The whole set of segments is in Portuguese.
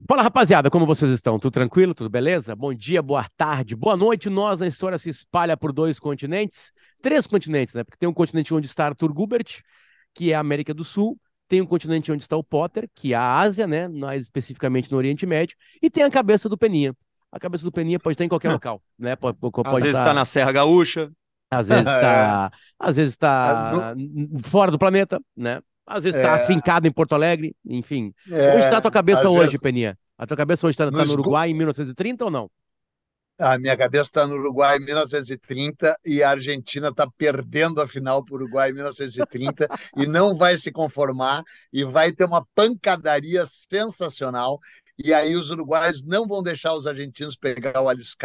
Fala, rapaziada, como vocês estão? Tudo tranquilo? Tudo beleza? Bom dia, boa tarde, boa noite. Nós, na história, se espalha por dois continentes, três continentes, né? Porque tem um continente onde está Arthur Gubert, que é a América do Sul, tem um continente onde está o Potter, que é a Ásia, né? Mais especificamente no Oriente Médio, e tem a cabeça do Peninha. A cabeça do Peninha pode estar em qualquer local, né? Às Pode vezes tá estar, na Serra Gaúcha. É, às vezes está fora do planeta, né? Às vezes está é, afincado em Porto Alegre, enfim. Onde está a tua cabeça às hoje, vezes, Peninha? A tua cabeça hoje está no nos, gu- Uruguai em 1930 ou não? a minha cabeça está no Uruguai em 1930 e a Argentina está perdendo a final para o Uruguai em 1930 e não vai se conformar e vai ter uma pancadaria sensacional. E aí os uruguaios não vão deixar os argentinos pegar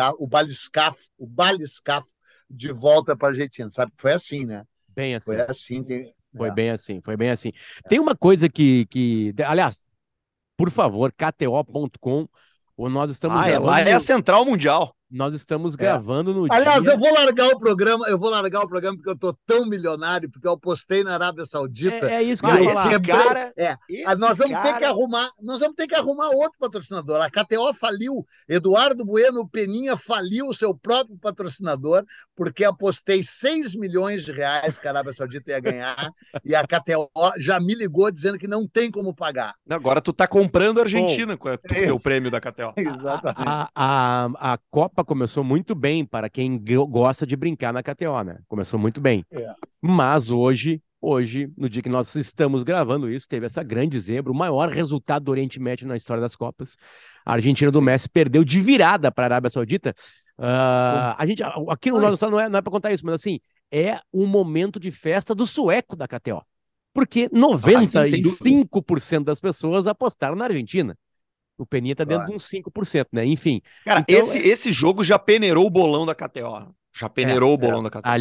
o baliscafo de volta para a Argentina. Sabe que foi assim, né? Bem Foi assim. assim. Foi bem assim, foi bem assim. Tem uma coisa aliás, por favor, KTO.com, ou nós estamos Lá gravando é a Central Mundial. nós estamos É. gravando no Aliás, dia. eu vou largar o programa porque eu tô tão milionário, porque eu apostei na Arábia Saudita É isso que e eu ia eu Esse falar. quebrei. cara, Nós vamos ter que arrumar outro patrocinador. A KTO faliu, Eduardo Bueno Peninha faliu o seu próprio patrocinador, porque apostei 6 milhões de reais que a Arábia Saudita ia ganhar, e a KTO já me ligou dizendo que não tem como pagar. agora tu tá comprando a Bom, Argentina com o teu prêmio da KTO. Exatamente. a Copa começou muito bem para quem gosta de brincar na KTO, né? Começou muito bem. É. Mas hoje, no dia que nós estamos gravando isso, teve essa grande zebra, o maior resultado do Oriente Médio na história das Copas. A Argentina do Sim. Messi perdeu de virada para a Arábia Saudita. Com... A gente, aqui no Ai, nosso não é para contar isso, mas assim, é um momento de festa do sueco da KTO. Porque Ah, sim, sem dúvida. 95% das pessoas apostaram na Argentina. O Peninha tá dentro de claro. uns 5%, né? Enfim. Cara, Então, esse jogo já peneirou o bolão da KTO. Já peneirou o É, bolão da KTO.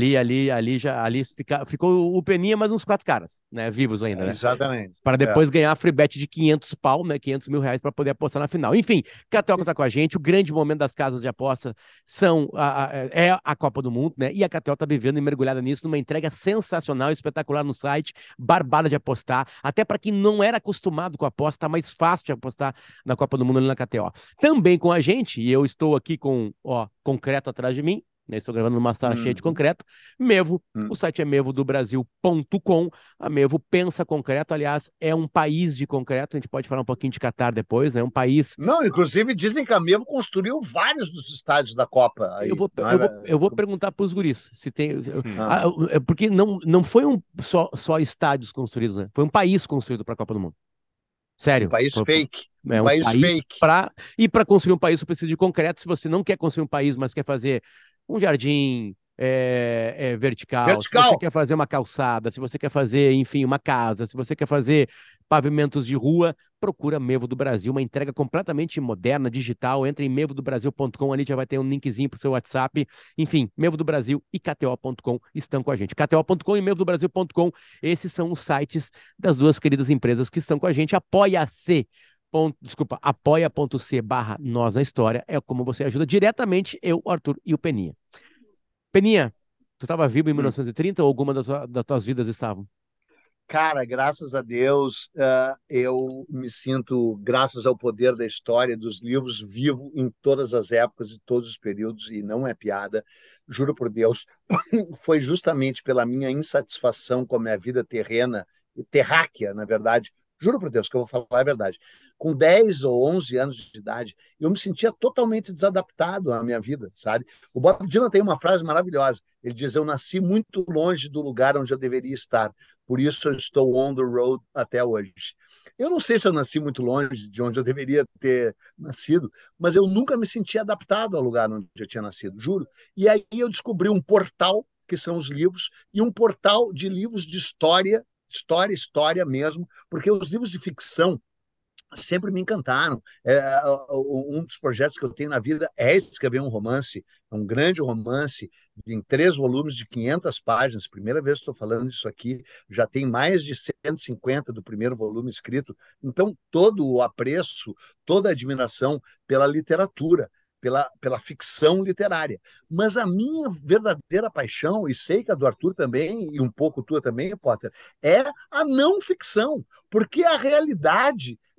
ali ficou o Peninha mais uns quatro caras, né? Vivos ainda, né? exatamente. Para É. depois ganhar a free bet de 500 pau, né? 500 mil reais para poder apostar na final. Enfim, KTO tá com a gente. O grande momento das casas de aposta é a Copa do Mundo, né? E a KTO tá vivendo e mergulhada nisso, numa entrega sensacional, espetacular no site, barbada de apostar. Até para quem não era acostumado com a aposta, tá mais fácil de apostar na Copa do Mundo ali na KTO. Também com a gente, e eu estou aqui com, ó, concreto atrás de mim, né? Estou gravando numa sala cheia de Uhum. concreto. Mevo, o Uhum. site é mevodobrasil.com. A Mevo pensa concreto, aliás, é um país de concreto. A gente pode falar um pouquinho de Catar depois, né? Um país. Não, inclusive dizem que a Mevo construiu vários dos estádios da Copa Eu aí. vou, Não eu vou, é? eu vou perguntar para os guris se tem. Ah, Porque não foi só estádios construídos, né? Foi um país construído para a Copa do Mundo. um Sério. país fake. Um É um país país fake. para. E para construir um país, você precisa de concreto. Se você não quer construir um país, mas quer fazer um jardim vertical, se você Vertical. quer fazer uma calçada, se você quer fazer, enfim, uma casa, se você quer fazer pavimentos de rua, procura Mevo do Brasil, uma entrega completamente moderna, digital. Entra em mevodobrasil.com, ali já vai ter um linkzinho pro seu WhatsApp. Enfim, Mevo do Brasil e KTO.com estão com a gente. KTO.com e mevodobrasil.com, esses são os sites das duas queridas empresas que estão com a gente. Apoia.c/nós na história é como você ajuda diretamente eu, o Arthur e o Peninha. Peninha, tu estava vivo em Hum. 1930 ou alguma das tuas vidas estavam? Cara, graças a Deus, eu me sinto, graças ao poder da história, dos livros, vivo em todas as épocas e todos os períodos, e não é piada, juro por Deus, foi justamente pela minha insatisfação com a minha vida terrena, terráquea, na verdade, juro por Deus que eu vou falar a verdade. Com 10 ou 11 anos de idade, eu me sentia totalmente desadaptado à minha vida, sabe? O Bob Dylan tem uma frase maravilhosa. Ele diz: Eu nasci muito longe do lugar onde eu deveria estar, por isso eu estou on the road até hoje. Eu não sei se eu nasci muito longe de onde eu deveria ter nascido, mas eu nunca me senti adaptado ao lugar onde eu tinha nascido, juro. E aí eu descobri um portal, que são os livros, e um portal de livros de história mesmo, porque os livros de ficção sempre me encantaram. Um dos projetos que eu tenho na vida é escrever um romance, um grande romance, em 3 volumes de 500 páginas. Primeira vez que estou falando isso aqui, já tem mais de 150 do primeiro volume escrito. Então, todo o apreço, toda a admiração pela literatura, pela ficção literária. Mas a minha verdadeira paixão, e sei que a do Arthur também, e um pouco tua também, Potter, é a não ficção, porque a realidade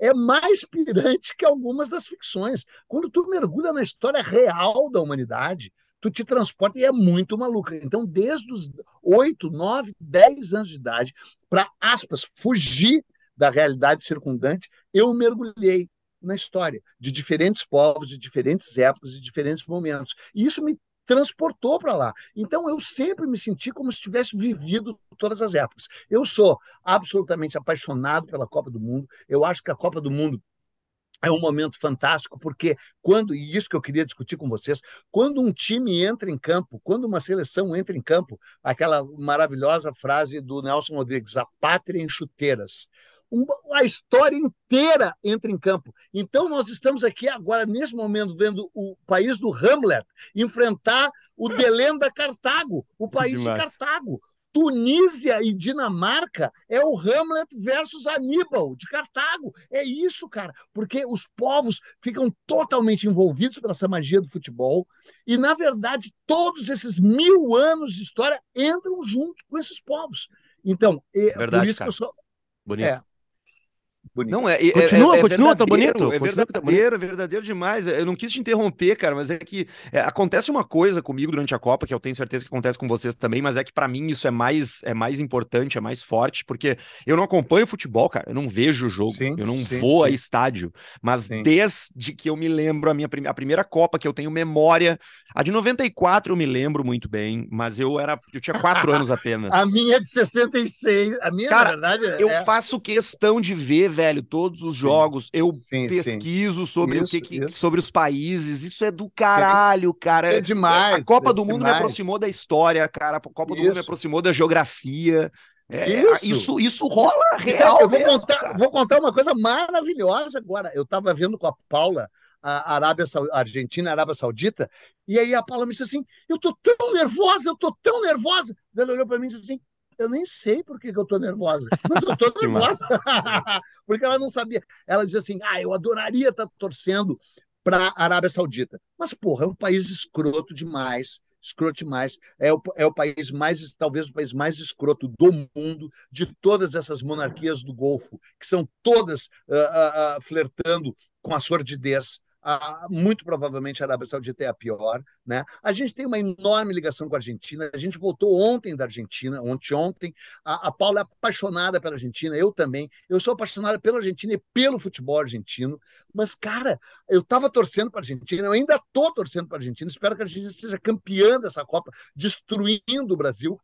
é mais pirante que algumas das ficções. Quando tu mergulha na história real da humanidade, tu te transporta e é muito maluca. Então, desde os 8, 9, 10 anos de idade, para, aspas, fugir da realidade circundante, eu mergulhei na história de diferentes povos, de diferentes épocas, de diferentes momentos. E isso me transportou para lá. Então, eu sempre me senti como se tivesse vivido todas as épocas. Eu sou absolutamente apaixonado pela Copa do Mundo. Eu acho que a Copa do Mundo é um momento fantástico, porque e isso que eu queria discutir com vocês, quando um time entra em campo, quando uma seleção entra em campo, aquela maravilhosa frase do Nelson Rodrigues, a pátria em chuteiras. A história inteira entra em campo. Então, nós estamos aqui agora, nesse momento, vendo o país do Hamlet enfrentar o Delenda Cartago, o país de Cartago. Tunísia e Dinamarca é o Hamlet versus Aníbal de Cartago. É isso, cara, porque os povos ficam totalmente envolvidos pela essa magia do futebol e, na verdade, todos esses 1000 anos de história entram junto com esses povos. Então, Verdade, por isso cara. que eu sou... Bonito. Bonito. Não, Continua, tá bonito. É verdadeiro, é verdadeiro demais. Eu não quis te interromper, cara, mas é que acontece uma coisa comigo durante a Copa, que eu tenho certeza que acontece com vocês também, mas é que pra mim isso é mais importante, é mais forte, porque eu não acompanho futebol, cara, eu não vejo o jogo, eu não vou a estádio, mas desde que eu me lembro, a primeira Copa que eu tenho memória, a de 94 eu me lembro muito bem, mas eu tinha 4 anos apenas. A minha é de 66, a minha, cara, na verdade, eu faço questão de ver, velho, todos os jogos, eu pesquiso sobre sobre os países, isso é do caralho, cara. É demais. A Copa do Mundo me aproximou da história, cara, a Copa do Mundo me aproximou da geografia. Isso rola real. Eu vou contar uma coisa maravilhosa agora. Eu estava vendo com a Paula a Argentina, a Arábia Saudita, e aí a Paula me disse assim: eu tô tão nervosa. Ela olhou para mim e disse assim: eu nem sei por que eu tô nervosa, mas eu tô nervosa. Porque ela não sabia. Ela dizia assim: eu adoraria estar torcendo para a Arábia Saudita. Mas, porra, é um país escroto demais. É o país talvez o país mais escroto do mundo, de todas essas monarquias do Golfo, que são todas flertando com a sordidez. Muito provavelmente a Arábia Saudita é a pior, né? A gente tem uma enorme ligação com a Argentina. A gente voltou ontem da Argentina, ontem. A Paula é apaixonada pela Argentina, eu também. Eu sou apaixonada pela Argentina e pelo futebol argentino. Mas, cara, eu estava torcendo para a Argentina, eu ainda estou torcendo para a Argentina. Espero que a Argentina seja campeã dessa Copa, destruindo o Brasil.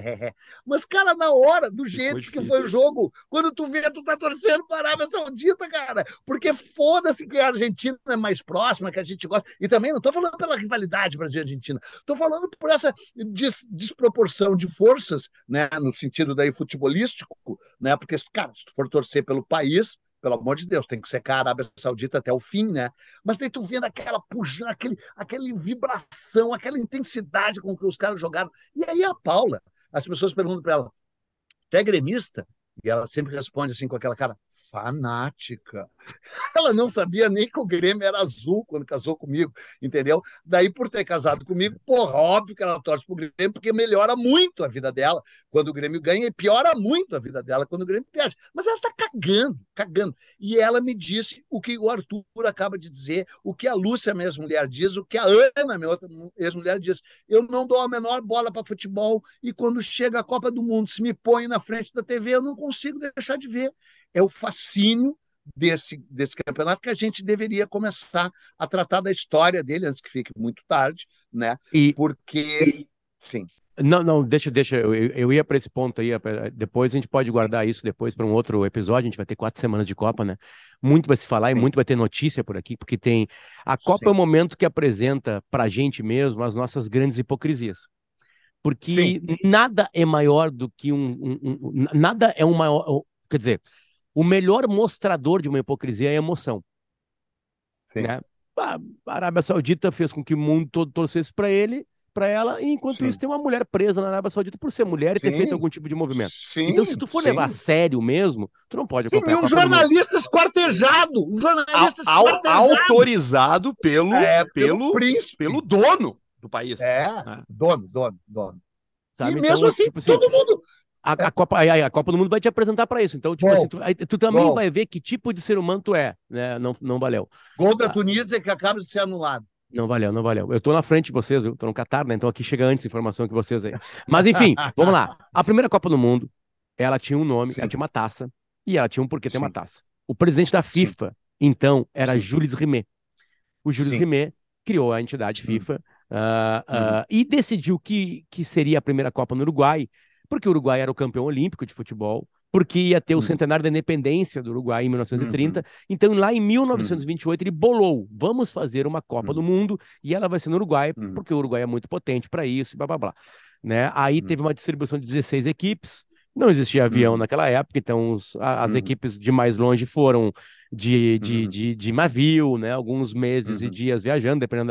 Mas, cara, na hora, do jeito que foi o jogo, quando tu vê, tu tá torcendo para a Arábia Saudita, cara. Porque foda-se que a Argentina é mais próxima, que a gente gosta. E também não estou falando pela rivalidade Brasil-Argentina, estou falando por essa desproporção de forças, né, no sentido daí futebolístico, né, porque, cara, se tu for torcer pelo país, pelo amor de Deus, tem que secar a Arábia Saudita até o fim, né? Mas daí tu vendo aquela pujança, aquele vibração, aquela intensidade com que os caras jogaram. E aí a Paula, as pessoas perguntam para ela: tu é gremista? E ela sempre responde assim com aquela cara fanática. Ela não sabia nem que o Grêmio era azul quando casou comigo, entendeu? Daí, por ter casado comigo, porra, óbvio que ela torce pro Grêmio, porque melhora muito a vida dela quando o Grêmio ganha e piora muito a vida dela quando o Grêmio perde. Mas ela tá cagando. E ela me disse o que o Arthur acaba de dizer, o que a Lúcia, minha ex-mulher, diz, o que a Ana, minha outra ex-mulher, diz. Eu não dou a menor bola para futebol e quando chega a Copa do Mundo, se me põe na frente da TV, eu não consigo deixar de ver. É o fascínio desse campeonato que a gente deveria começar a tratar da história dele antes que fique muito tarde, né? Porque, sim. Não, deixa, eu ia para esse ponto aí, depois a gente pode guardar isso depois para um outro episódio, a gente vai ter 4 semanas de Copa, né? Muito vai se falar e muito vai ter notícia por aqui, porque a Copa é o momento que apresenta pra gente mesmo as nossas grandes hipocrisias. Porque nada é maior do que nada é um maior, quer dizer, o melhor mostrador de uma hipocrisia é a emoção. Né? A Arábia Saudita fez com que o mundo todo torcesse para ela, e enquanto isso tem uma mulher presa na Arábia Saudita por ser mulher e ter feito algum tipo de movimento. Então, se tu for levar a sério mesmo, tu não pode acompanhar a Copa jornalista esquartejado. Autorizado pelo príncipe, pelo dono do país. Dono. Sabe? E mesmo então, assim, tipo assim, todo mundo... A Copa do Mundo vai te apresentar para isso. Então, tipo Gol. assim, tu também Gol. vai ver que tipo de ser humano tu é, né? Não valeu. Gol da Tunísia que acaba de ser anulado. Não valeu, não valeu. Eu tô na frente de vocês, eu tô no Catar, né? Então aqui chega antes a informação que vocês aí. Mas enfim, vamos lá. A primeira Copa do Mundo, ela tinha um nome, ela Sim, tinha uma taça, e ela tinha um porquê ter uma sim, taça. O presidente da sim, FIFA, então, era sim, Jules Rimet. O Jules sim. Rimet criou a entidade Uhum, FIFA uhum, e decidiu que seria a primeira Copa no Uruguai, porque o Uruguai era o campeão olímpico de futebol, porque ia ter o uhum, centenário da independência do Uruguai em 1930. uhum, Então, lá em uhum, 1928, ele bolou: vamos fazer uma Copa do uhum, Mundo e ela vai ser no Uruguai, uhum, porque o Uruguai é muito potente para isso, e blá blá blá. Né? Aí uhum, teve uma distribuição de 16 equipes. Não existia avião uhum, naquela época, então as uhum, equipes de mais longe foram uhum, de navio, né? Alguns meses e uhum, dias viajando, dependendo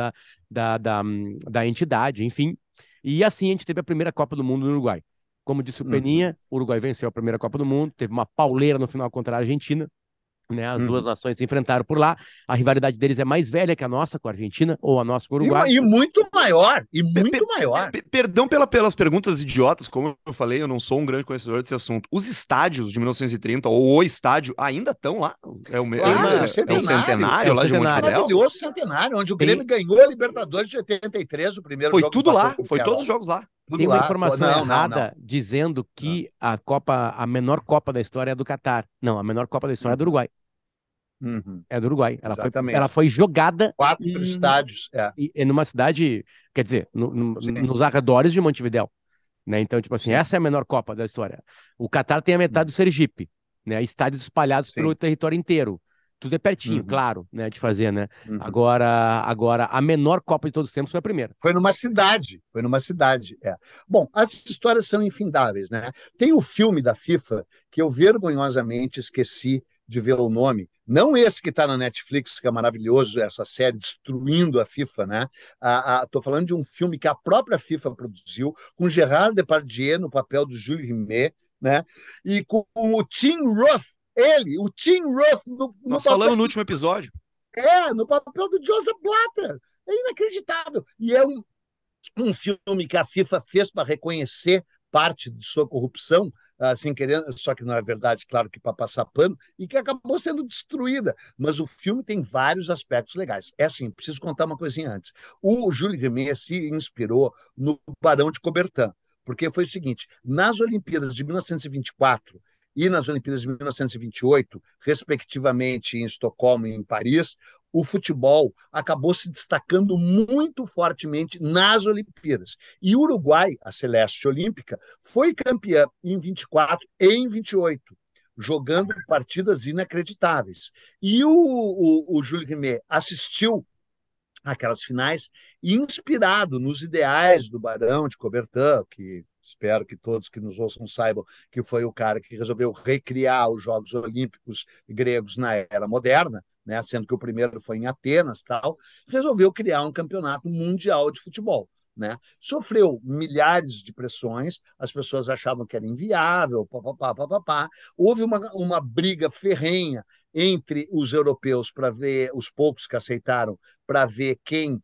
da entidade, enfim. E assim a gente teve a primeira Copa do Mundo no Uruguai. Como disse o uhum, Peninha, o Uruguai venceu a primeira Copa do Mundo, teve uma pauleira no final contra a Argentina, né? As duas uhum. nações se enfrentaram por lá. A rivalidade deles é mais velha que a nossa com a Argentina, ou a nossa com o Uruguai. E muito maior, e Pe- muito pe- maior. Perdão pelas perguntas idiotas, como eu falei, eu não sou um grande conhecedor desse assunto. Os estádios de 1930, ou o estádio, ainda estão lá? Tem Claro, uma. É o É centenário o lá de centenário. Montevidéu? maravilhoso centenário, onde o Tem, Grêmio ganhou a Libertadores de 83, o primeiro Foi jogo tudo empatou lá, com o foi todos os Penharol, jogos lá. tudo tem uma lá. Pô, informação não, não, não. errada dizendo Não. que a menor Copa da história é do Catar. Não, a menor Copa da história é do Uhum, Uruguai. uhum, É do Uruguai. Ela exatamente. foi jogada 4 estádios, é. numa cidade, quer dizer, Sim, nos arredores de Montevidéu, né? Então, tipo assim, sim, essa é a menor Copa da história. O Catar tem a metade do Sergipe, né? Estádios espalhados pelo sim. território inteiro. Tudo é pertinho, Uhum, claro, né, de fazer, né? uhum. Agora a menor Copa de todos os tempos foi a primeira. Foi numa cidade, é. Bom, as histórias são infindáveis, né? Tem o filme da FIFA que eu vergonhosamente esqueci de ver o nome. Não esse que está na Netflix, que é maravilhoso, essa série Destruindo a FIFA, né? Tô falando de um filme que a própria FIFA produziu, com Gerard Depardieu no papel do Jules Rimet, né? E com o Tim Roth, o Tim Roth no Nós papel falamos no último episódio. no papel do Joseph Blatter. É inacreditável. E é um filme que a FIFA fez para reconhecer parte de sua corrupção, sem querer, só que não é verdade, claro que para passar pano, e que acabou sendo destruída. Mas o filme tem vários aspectos legais. É assim, preciso contar uma coisinha antes. O Júlio Rimet se inspirou no Barão de Coubertin, porque foi o seguinte, nas Olimpíadas de 1924 e nas Olimpíadas de 1928, respectivamente em Estocolmo e em Paris, o futebol acabou se destacando muito fortemente nas Olimpíadas. E o Uruguai, a Celeste Olímpica, foi campeã em 24 e em 28, jogando partidas inacreditáveis. E o Júlio Rimet assistiu aquelas finais, inspirado nos ideais do Barão de Coubertin, que espero que todos que nos ouçam saibam que foi o cara que resolveu recriar os Jogos Olímpicos gregos na era moderna, né, sendo que o primeiro foi em Atenas, tal, resolveu criar um campeonato mundial de futebol. Né? Sofreu milhares de pressões, as pessoas achavam que era inviável, papapá, papapá. Houve uma briga ferrenha entre os europeus para ver, os poucos que aceitaram, para ver quem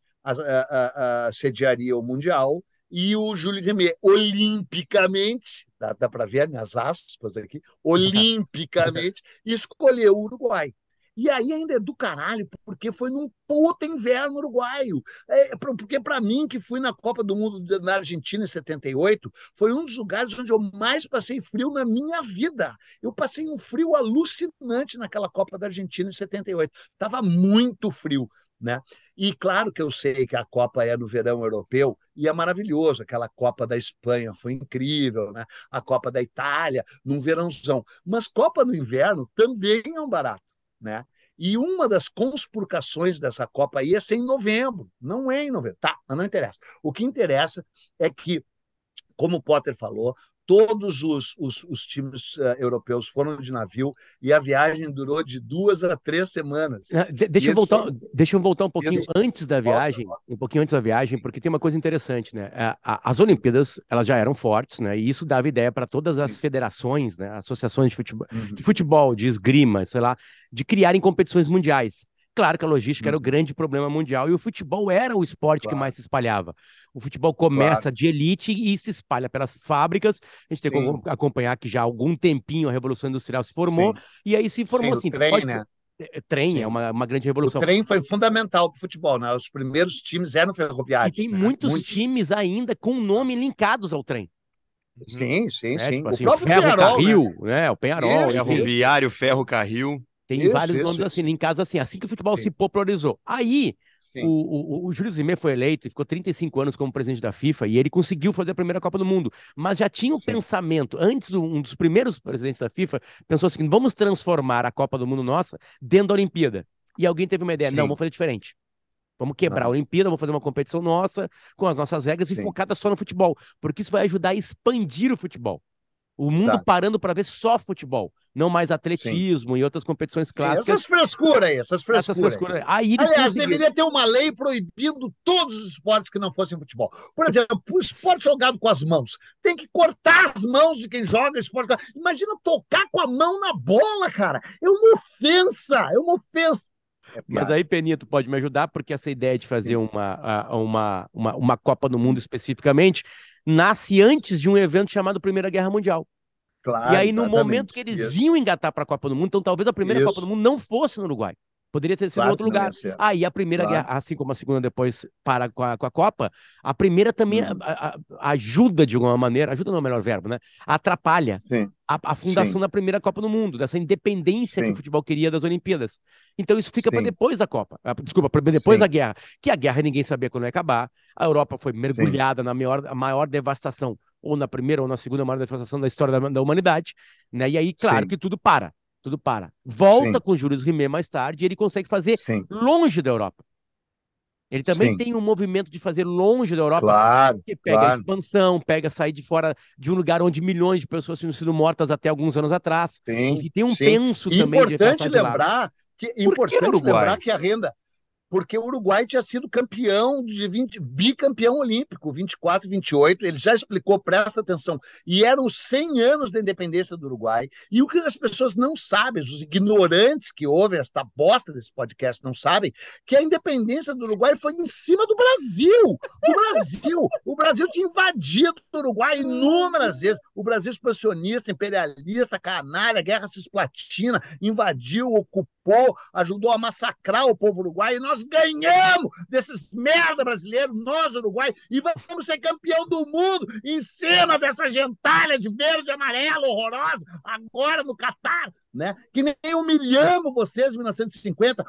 sediaria o Mundial, e o Júlio Rimet, olimpicamente, dá para ver minhas aspas aqui, olimpicamente, escolheu o Uruguai. E aí ainda é do caralho, porque foi num puta inverno uruguaio. Porque para mim, que fui na Copa do Mundo na Argentina em 78, foi um dos lugares onde eu mais passei frio na minha vida. Eu passei um frio alucinante naquela Copa da Argentina em 78. Estava muito frio. Né? E claro que eu sei que a Copa é no verão europeu e é maravilhoso. Aquela Copa da Espanha foi incrível, né? A Copa da Itália, num verãozão. Mas Copa no inverno também é um barato. Né? E uma das conspurcações dessa Copa aí é ser em novembro, não é em novembro. Tá, mas não interessa. O que interessa é que, como o Potter falou, todos os times europeus foram de navio e a viagem durou de 2 a 3 semanas. E eles foram... Deixa eu voltar um pouquinho Eles... antes da viagem, porque tem uma coisa interessante, né? As Olimpíadas, elas já eram fortes, né? E isso dava ideia para todas as federações, né? Associações de futebol, de esgrima, sei lá, de criarem competições mundiais. Claro que a logística era o grande problema mundial e o futebol era o esporte que mais se espalhava. O futebol começa de elite e se espalha pelas fábricas. A gente tem que acompanhar que já há algum tempinho a Revolução Industrial se formou e aí se formou assim. O trem, né? Trem é uma grande revolução. O trem foi fundamental para o futebol, né? Os primeiros times eram ferroviários. E tem muitos times ainda com nome linkados ao trem. Sim. Tipo assim, o próprio Ferro-Carril, né? O Penharol. Ferroviário, Ferro-Carril. Tem vários nomes assim, linkados assim que o futebol se popularizou. Aí, o Jules Rimet foi eleito e ficou 35 anos como presidente da FIFA e ele conseguiu fazer a primeira Copa do Mundo. Mas já tinha o pensamento, antes, um dos primeiros presidentes da FIFA pensou assim, vamos transformar a Copa do Mundo nossa dentro da Olimpíada. E alguém teve uma ideia, não, vamos fazer diferente. Vamos quebrar a Olimpíada, vamos fazer uma competição nossa, com as nossas regras e focada só no futebol. Porque isso vai ajudar a expandir o futebol. O mundo parando para ver só futebol, não mais atletismo e outras competições clássicas. Essas frescuras aí, essas frescuras. Aí aliás, deveria ter uma lei proibindo todos os esportes que não fossem futebol. Por exemplo, o esporte jogado com as mãos. Tem que cortar as mãos de quem joga esporte. Imagina tocar com a mão na bola, cara. É uma ofensa, Mas aí, Peninha, tu pode me ajudar, porque essa ideia de fazer uma Copa do Mundo especificamente nasce antes de um evento chamado Primeira Guerra Mundial. Claro, e aí, no momento que eles iam engatar para a Copa do Mundo, então talvez a primeira Copa do Mundo não fosse no Uruguai. Poderia ter sido em outro lugar. Aí a primeira guerra, assim como a segunda depois para com a Copa, a primeira também ajuda de alguma maneira, ajuda não é o melhor verbo, né? Atrapalha a fundação da primeira Copa do Mundo, dessa independência que o futebol queria das Olimpíadas. Então isso fica para depois da Copa. Desculpa, para depois da guerra. Que a guerra ninguém sabia quando ia acabar. A Europa foi mergulhada na maior devastação, ou na primeira ou na segunda maior devastação da história da humanidade, né? E aí, claro que tudo para. Volta com Jules Rimet mais tarde e ele consegue fazer longe da Europa. Ele também tem um movimento de fazer longe da Europa, que pega a expansão, pega sair de fora de um lugar onde milhões de pessoas tinham sido mortas até alguns anos atrás. E tem um penso também de importante lembrar que a renda... Porque o Uruguai tinha sido campeão bicampeão olímpico, 24 e 28, ele já explicou, presta atenção, e eram 100 anos da independência do Uruguai, e o que as pessoas não sabem, os ignorantes que ouvem esta bosta desse podcast não sabem, que a independência do Uruguai foi em cima do Brasil, o Brasil tinha invadido o Uruguai inúmeras vezes, o Brasil expansionista, imperialista, canalha, guerra cisplatina, invadiu, ocupou, ajudou a massacrar o povo uruguaio, e nós ganhamos desses merda brasileiros, nós, Uruguai, e vamos ser campeão do mundo em cima dessa gentalha de verde e amarelo horrorosa, agora no Catar, né? Que nem humilhamos vocês em 1950,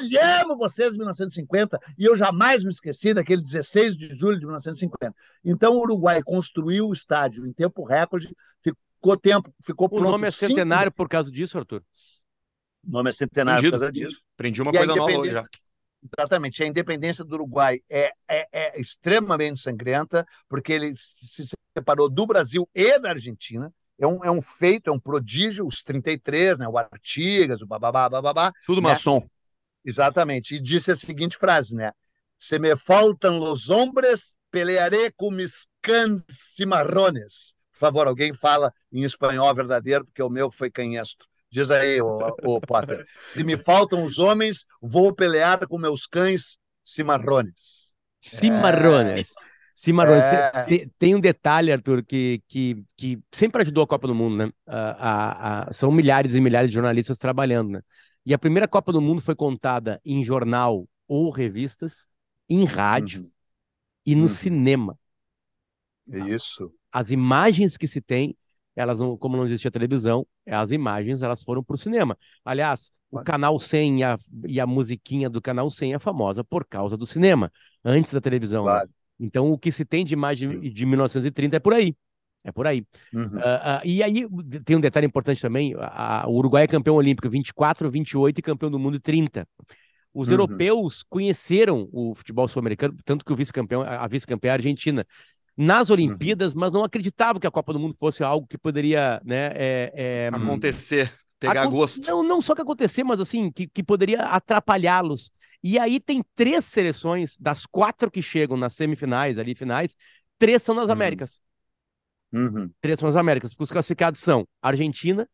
e eu jamais me esqueci daquele 16 de julho de 1950. Então o Uruguai construiu o estádio em tempo recorde, ficou pronto. O nome é centenário por causa disso, Arthur? O nome é centenário por causa disso. Aprendi uma coisa nova hoje já. Exatamente. A independência do Uruguai é extremamente sangrenta, porque ele se separou do Brasil e da Argentina. É um feito, é um prodígio, os 33, né? O Artigas, o bababá. Tudo maçom. Exatamente. E disse a seguinte frase, né? Se me faltam los hombres, pelearé com mis cães cimarrones. Por favor, alguém fala em espanhol verdadeiro, porque o meu foi canhestro. Diz aí, o Potter. Se me faltam os homens, vou pelear com meus cães cimarrones. Cimarrones. Tem um detalhe, Arthur, que sempre ajudou a Copa do Mundo, né? São milhares e milhares de jornalistas trabalhando, né? E a primeira Copa do Mundo foi contada em jornal ou revistas, em rádio e no cinema. Isso. As imagens que se tem, elas não, como não existia televisão, as imagens elas foram para o cinema. Aliás, o Canal 100 e a musiquinha do Canal 100 é famosa por causa do cinema, antes da televisão. Né? Então, o que se tem de imagem de 1930 é por aí. É por aí. E aí, tem um detalhe importante também, o Uruguai é campeão olímpico 24, 28 e campeão do mundo 30. Os europeus conheceram o futebol sul-americano, tanto que a vice-campeã é a Argentina, nas Olimpíadas, mas não acreditavam que a Copa do Mundo fosse algo que poderia, né, acontecer, pegar gosto. Não só que acontecer, mas assim, que poderia atrapalhá-los. E aí tem 3 seleções, das 4 que chegam nas semifinais, ali finais, 3 são nas Américas. 3 são nas Américas, porque os classificados são Argentina,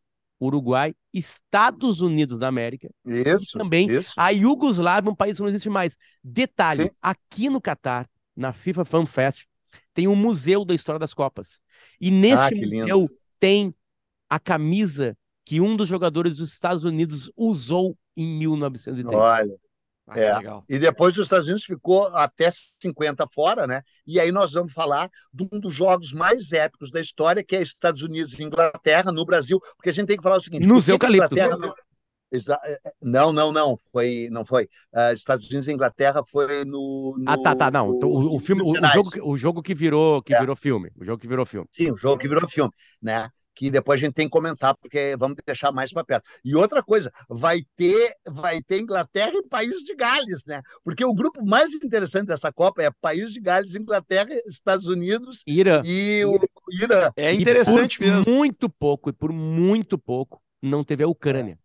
Uruguai, Estados Unidos da América e Isso, também isso. a Iugoslávia, um país que não existe mais. Detalhe, Sim. aqui no Catar, na FIFA Fan Fest, tem um museu da história das Copas. E neste Que lindo. museu tem a camisa que um dos jogadores dos Estados Unidos usou em 1930. Olha, Ah, que legal. E depois os Estados Unidos ficou até 50 fora, né? E aí nós vamos falar de um dos jogos mais épicos da história, que é Estados Unidos e Inglaterra no Brasil, porque a gente tem que falar o seguinte: Nos por que que a eucaliptos. Inglaterra não foi. Estados Unidos e Inglaterra foi Tá. Não. O filme, o jogo que virou filme. O jogo que virou filme. Sim, o jogo que virou filme, né? Que depois a gente tem que comentar, porque vamos deixar mais para perto. E outra coisa, vai ter Inglaterra e País de Gales, né? Porque o grupo mais interessante dessa Copa é País de Gales, Inglaterra, Estados Unidos Irã. e o Irã. É interessante mesmo. Por muito pouco, não teve a Ucrânia.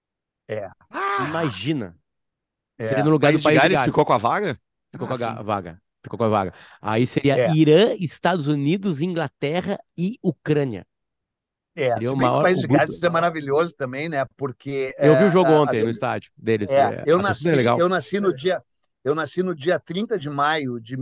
Imagina. Seria no lugar do País de País de Gales Gales. ficou com a vaga? Ficou com a sim. vaga. Ficou com a vaga. Aí seria Irã, Estados Unidos, Inglaterra e Ucrânia. Seria Se o bem que maior. o País de Gales é maravilhoso também, né? Porque Eu vi o jogo ontem no estádio deles. eu A torcida é legal. nasci no dia 30 de maio de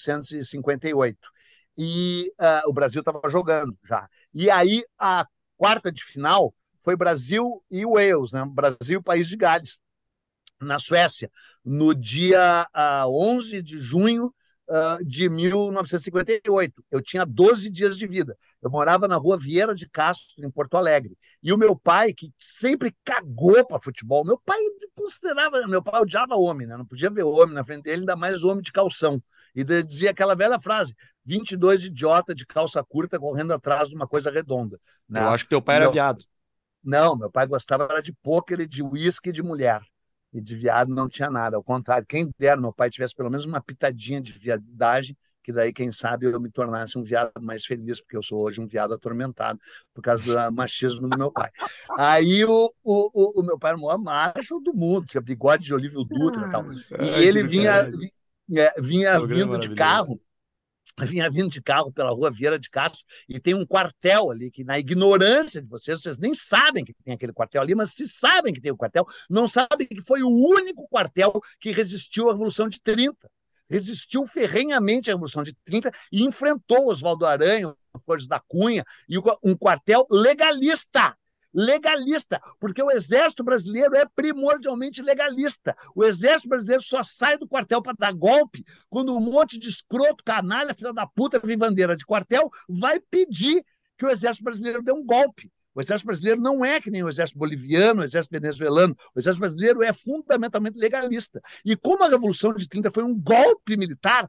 1958 e o Brasil estava jogando já. E aí a quarta de final foi Brasil e Wales, né? Brasil e País de Gales, na Suécia, no dia 11 de junho de 1958. Eu tinha 12 dias de vida. Eu morava na rua Vieira de Castro, em Porto Alegre. E o meu pai, que sempre cagou para futebol, meu pai odiava homem, né? Não podia ver homem na frente dele, ainda mais homem de calção. E dizia aquela velha frase: 22 idiota de calça curta correndo atrás de uma coisa redonda. Né? Eu acho que teu pai era viado. Não, meu pai gostava de pôquer e de uísque e de mulher. E de viado não tinha nada. Ao contrário, quem dera meu pai tivesse pelo menos uma pitadinha de viadagem, que daí, quem sabe, eu me tornasse um viado mais feliz, porque eu sou hoje um viado atormentado por causa do machismo do meu pai. Aí o meu pai era o maior macho do mundo, tinha bigode de Olívio Dutra e tal. E ele vinha vindo de carro. Vinha vindo de carro pela rua Vieira de Castro e tem um quartel ali que, na ignorância de vocês nem sabem que tem aquele quartel ali, mas se sabem que tem o quartel, não sabem que foi o único quartel que resistiu à Revolução de 30. Resistiu ferrenhamente à Revolução de 30 e enfrentou Oswaldo Aranha, Flores da Cunha, e um quartel legalista, porque o Exército Brasileiro é primordialmente legalista. O Exército Brasileiro só sai do quartel para dar golpe quando um monte de escroto, canalha, filha da puta, vivandeira de quartel, vai pedir que o Exército Brasileiro dê um golpe. O Exército Brasileiro não é que nem o Exército Boliviano, o Exército Venezuelano. O Exército Brasileiro é fundamentalmente legalista. E como a Revolução de 30 foi um golpe militar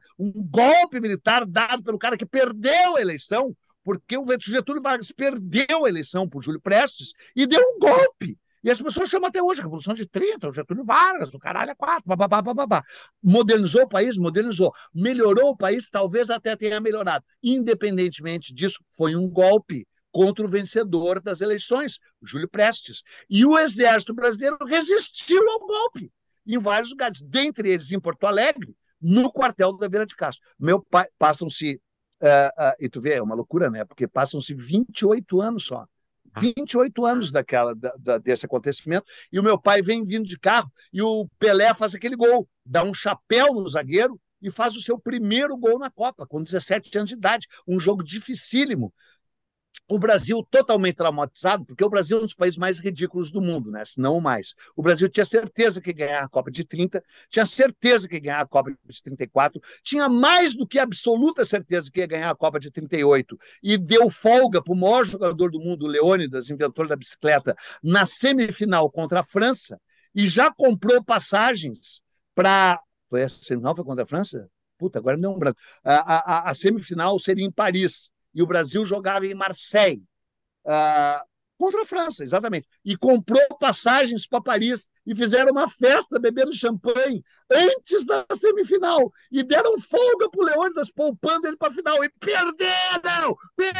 dado pelo cara que perdeu a eleição, porque o Getúlio Vargas perdeu a eleição por Júlio Prestes e deu um golpe. E as pessoas chamam até hoje a Revolução de 30, o Getúlio Vargas, o caralho é 4, babá. Modernizou o país? Modernizou. Melhorou o país? Talvez até tenha melhorado. Independentemente disso, foi um golpe contra o vencedor das eleições, Júlio Prestes. E o Exército Brasileiro resistiu ao golpe em vários lugares, dentre eles em Porto Alegre, no quartel da Vieira de Castro. Meu pai, passam-se e tu vê, é uma loucura, né? Porque passam-se 28 anos só. 28 anos desse acontecimento, e o meu pai vem vindo de carro, e o Pelé faz aquele gol, dá um chapéu no zagueiro e faz o seu primeiro gol na Copa, com 17 anos de idade. Um jogo dificílimo. O Brasil totalmente traumatizado, porque o Brasil é um dos países mais ridículos do mundo, né? Se não o mais. O Brasil tinha certeza que ia ganhar a Copa de 30, tinha certeza que ia ganhar a Copa de 34, tinha mais do que absoluta certeza que ia ganhar a Copa de 38, e deu folga para o maior jogador do mundo, Leônidas, inventor da bicicleta, na semifinal contra a França, e já comprou passagens para... Foi a semifinal? Foi contra a França? Puta, agora me deu um branco. A semifinal seria em Paris, e o Brasil jogava em Marseille, contra a França, exatamente. E comprou passagens para Paris e fizeram uma festa bebendo champanhe antes da semifinal. E deram folga para o Leônidas, poupando ele para a final. E perderam!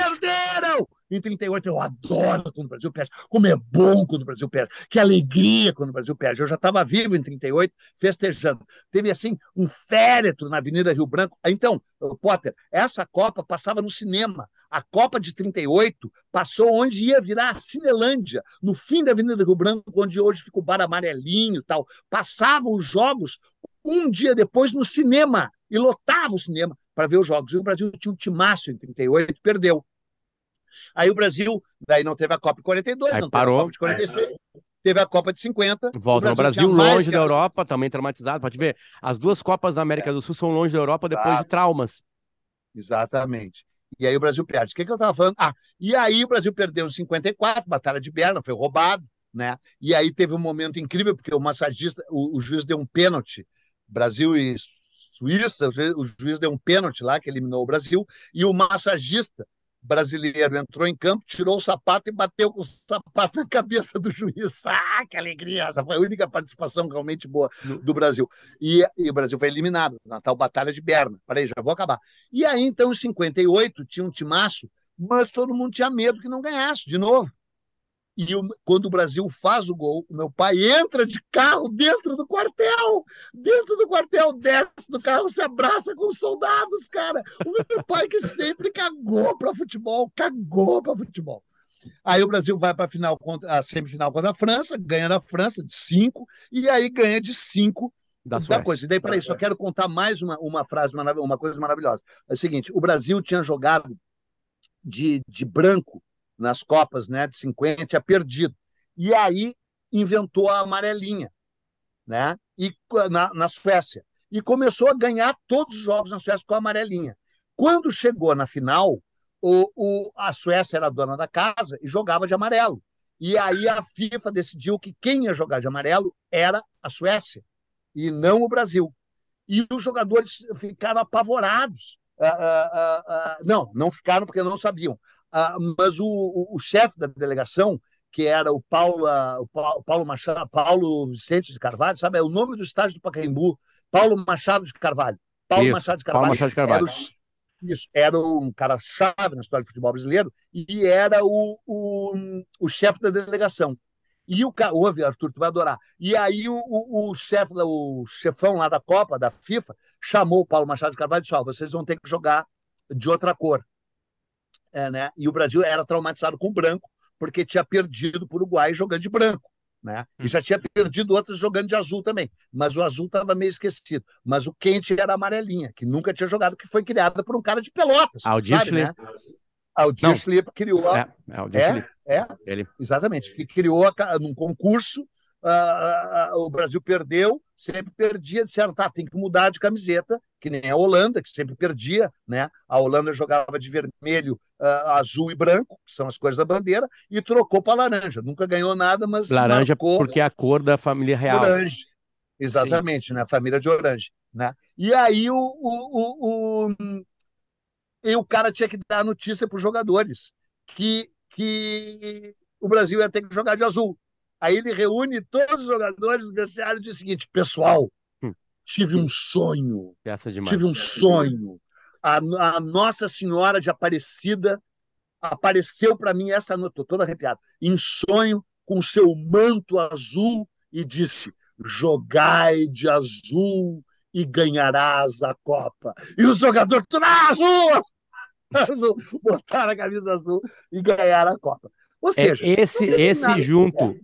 Em 38, eu adoro quando o Brasil perde. Como é bom quando o Brasil perde. Que alegria quando o Brasil perde. Eu já estava vivo em 38, festejando. Teve, assim, um féretro na Avenida Rio Branco. Então, Potter, essa Copa passava no cinema. A Copa de 38 passou onde ia virar a Cinelândia, no fim da Avenida Rio Branco, onde hoje fica o bar amarelinho e tal. Passavam os jogos um dia depois no cinema, e lotava o cinema para ver os jogos. E o Brasil tinha um timaço em 38, perdeu. Aí o Brasil, daí não teve a Copa de 42, Aí não teve a parou. Copa de 46, teve a Copa de 50. Volta no Brasil, longe da Europa, também traumatizado. Pode ver, as duas Copas da América do Sul são longe da Europa depois de traumas. Exatamente. E aí o Brasil perde. O que eu estava falando? E aí o Brasil perdeu em 54, Batalha de Berna, foi roubado, né? E aí teve um momento incrível, porque o massagista, o juiz deu um pênalti, Brasil e Suíça, o juiz deu um pênalti lá, que eliminou o Brasil, e o massagista brasileiro entrou em campo, tirou o sapato e bateu com o sapato na cabeça do juiz. Que alegria! Essa foi a única participação realmente boa do Brasil. E o Brasil foi eliminado na tal Batalha de Berna. Peraí, já vou acabar. E aí, então, em 58, tinha um timaço, mas todo mundo tinha medo que não ganhasse de novo. E quando o Brasil faz o gol, o meu pai entra de carro dentro do quartel, desce do carro, se abraça com os soldados, cara. O meu pai que sempre cagou para futebol. Aí o Brasil vai para a semifinal contra a França, ganha da França de 5, e aí ganha de 5 da coisa. E daí, peraí, só quero contar mais uma frase, uma coisa maravilhosa. É o seguinte, o Brasil tinha jogado de branco nas Copas, né, de 50, tinha perdido. E aí inventou a amarelinha, né, na Suécia. E começou a ganhar todos os jogos na Suécia com a amarelinha. Quando chegou na final, a Suécia era dona da casa e jogava de amarelo. E aí a FIFA decidiu que quem ia jogar de amarelo era a Suécia e não o Brasil. E os jogadores ficaram apavorados. Não ficaram porque não sabiam. Mas o chefe da delegação, que era o Paulo Machado, Paulo Vicente de Carvalho, sabe? É o nome do estádio do Pacaembu, Paulo Machado de Carvalho. Paulo Machado de Carvalho. Era um cara chave na história do futebol brasileiro e era o chefe da delegação. E ouve, Arthur, tu vai adorar. E aí o chefão lá da Copa, da FIFA, chamou o Paulo Machado de Carvalho e disse: vocês vão ter que jogar de outra cor. Né? E o Brasil era traumatizado com o branco, porque tinha perdido para o Uruguai jogando de branco. Né? E já tinha perdido outros jogando de azul também. Mas o azul estava meio esquecido. Mas o quente era a amarelinha, que nunca tinha jogado, que foi criada por um cara de Pelotas. Aldir né? Aldir Schlipp criou. Ele. Exatamente, que criou num concurso. O Brasil perdeu, sempre perdia, disseram, tem que mudar de camiseta, que nem a Holanda, que sempre perdia, né? A Holanda jogava de vermelho, azul e branco, que são as cores da bandeira, e trocou para laranja. Nunca ganhou nada, mas laranja porque é a cor da família real. Orange. Exatamente, sim. Né? A família de Orange. Né? E aí o cara tinha que dar notícia para os jogadores que o Brasil ia ter que jogar de azul. Aí ele reúne todos os jogadores do vestiário e diz o seguinte: pessoal, tive um sonho. Tive um sonho. A Nossa Senhora de Aparecida apareceu para mim essa noite, estou todo arrepiado, em sonho, com seu manto azul, e disse: jogai de azul e ganharás a Copa. E os jogadores, azul, botaram a camisa azul e ganharam a Copa. Ou seja, esse junto,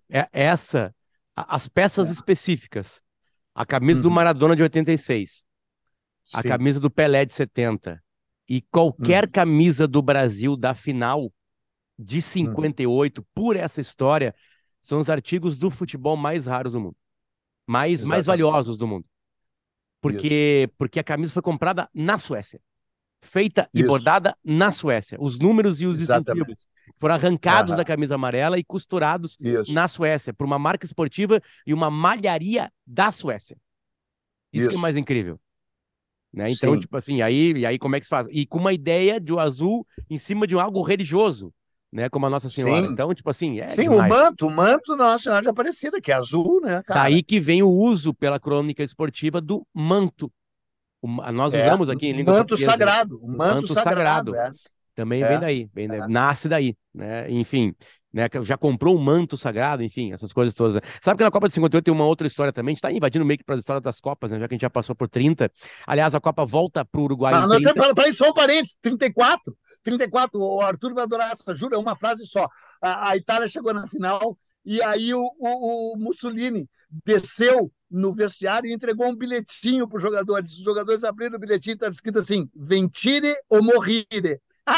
as peças específicas, a camisa do Maradona de 86, a camisa do Pelé de 70 e qualquer camisa do Brasil da final de 58, por essa história, são os artigos do futebol mais raros do mundo, mais valiosos do mundo, porque a camisa foi comprada na Suécia, feita e bordada na Suécia. Os números e os distintivos foram arrancados da camisa amarela e costurados na Suécia, por uma marca esportiva e uma malharia da Suécia. Isso que é mais incrível. Né? Então, tipo assim, aí como é que se faz? E com uma ideia de azul em cima de algo religioso, né? Como a Nossa Senhora. Então, tipo assim, o manto da Nossa Senhora de Aparecida, que é azul, né, cara? Daí que vem o uso pela crônica esportiva do manto. Nós usamos aqui em língua portuguesa. Manto sagrado. Também vem daí, nasce daí, né? Enfim. né? Que já comprou um manto sagrado, enfim, essas coisas todas, né? Sabe que na Copa de 58 tem uma outra história também, a gente tá invadindo meio que para a história das Copas, né? Já que a gente já passou por 30. Aliás, a Copa volta pro Uruguai em Mas nós 30. temos, peraí, só um parênteses, 34, 34, o Arthur vai adorar essa, jura, é uma frase só. A Itália chegou na final e aí o Mussolini desceu no vestiário e entregou um bilhetinho para os jogadores. Os jogadores abriram o bilhetinho e estava escrito assim, ventire ou morrire.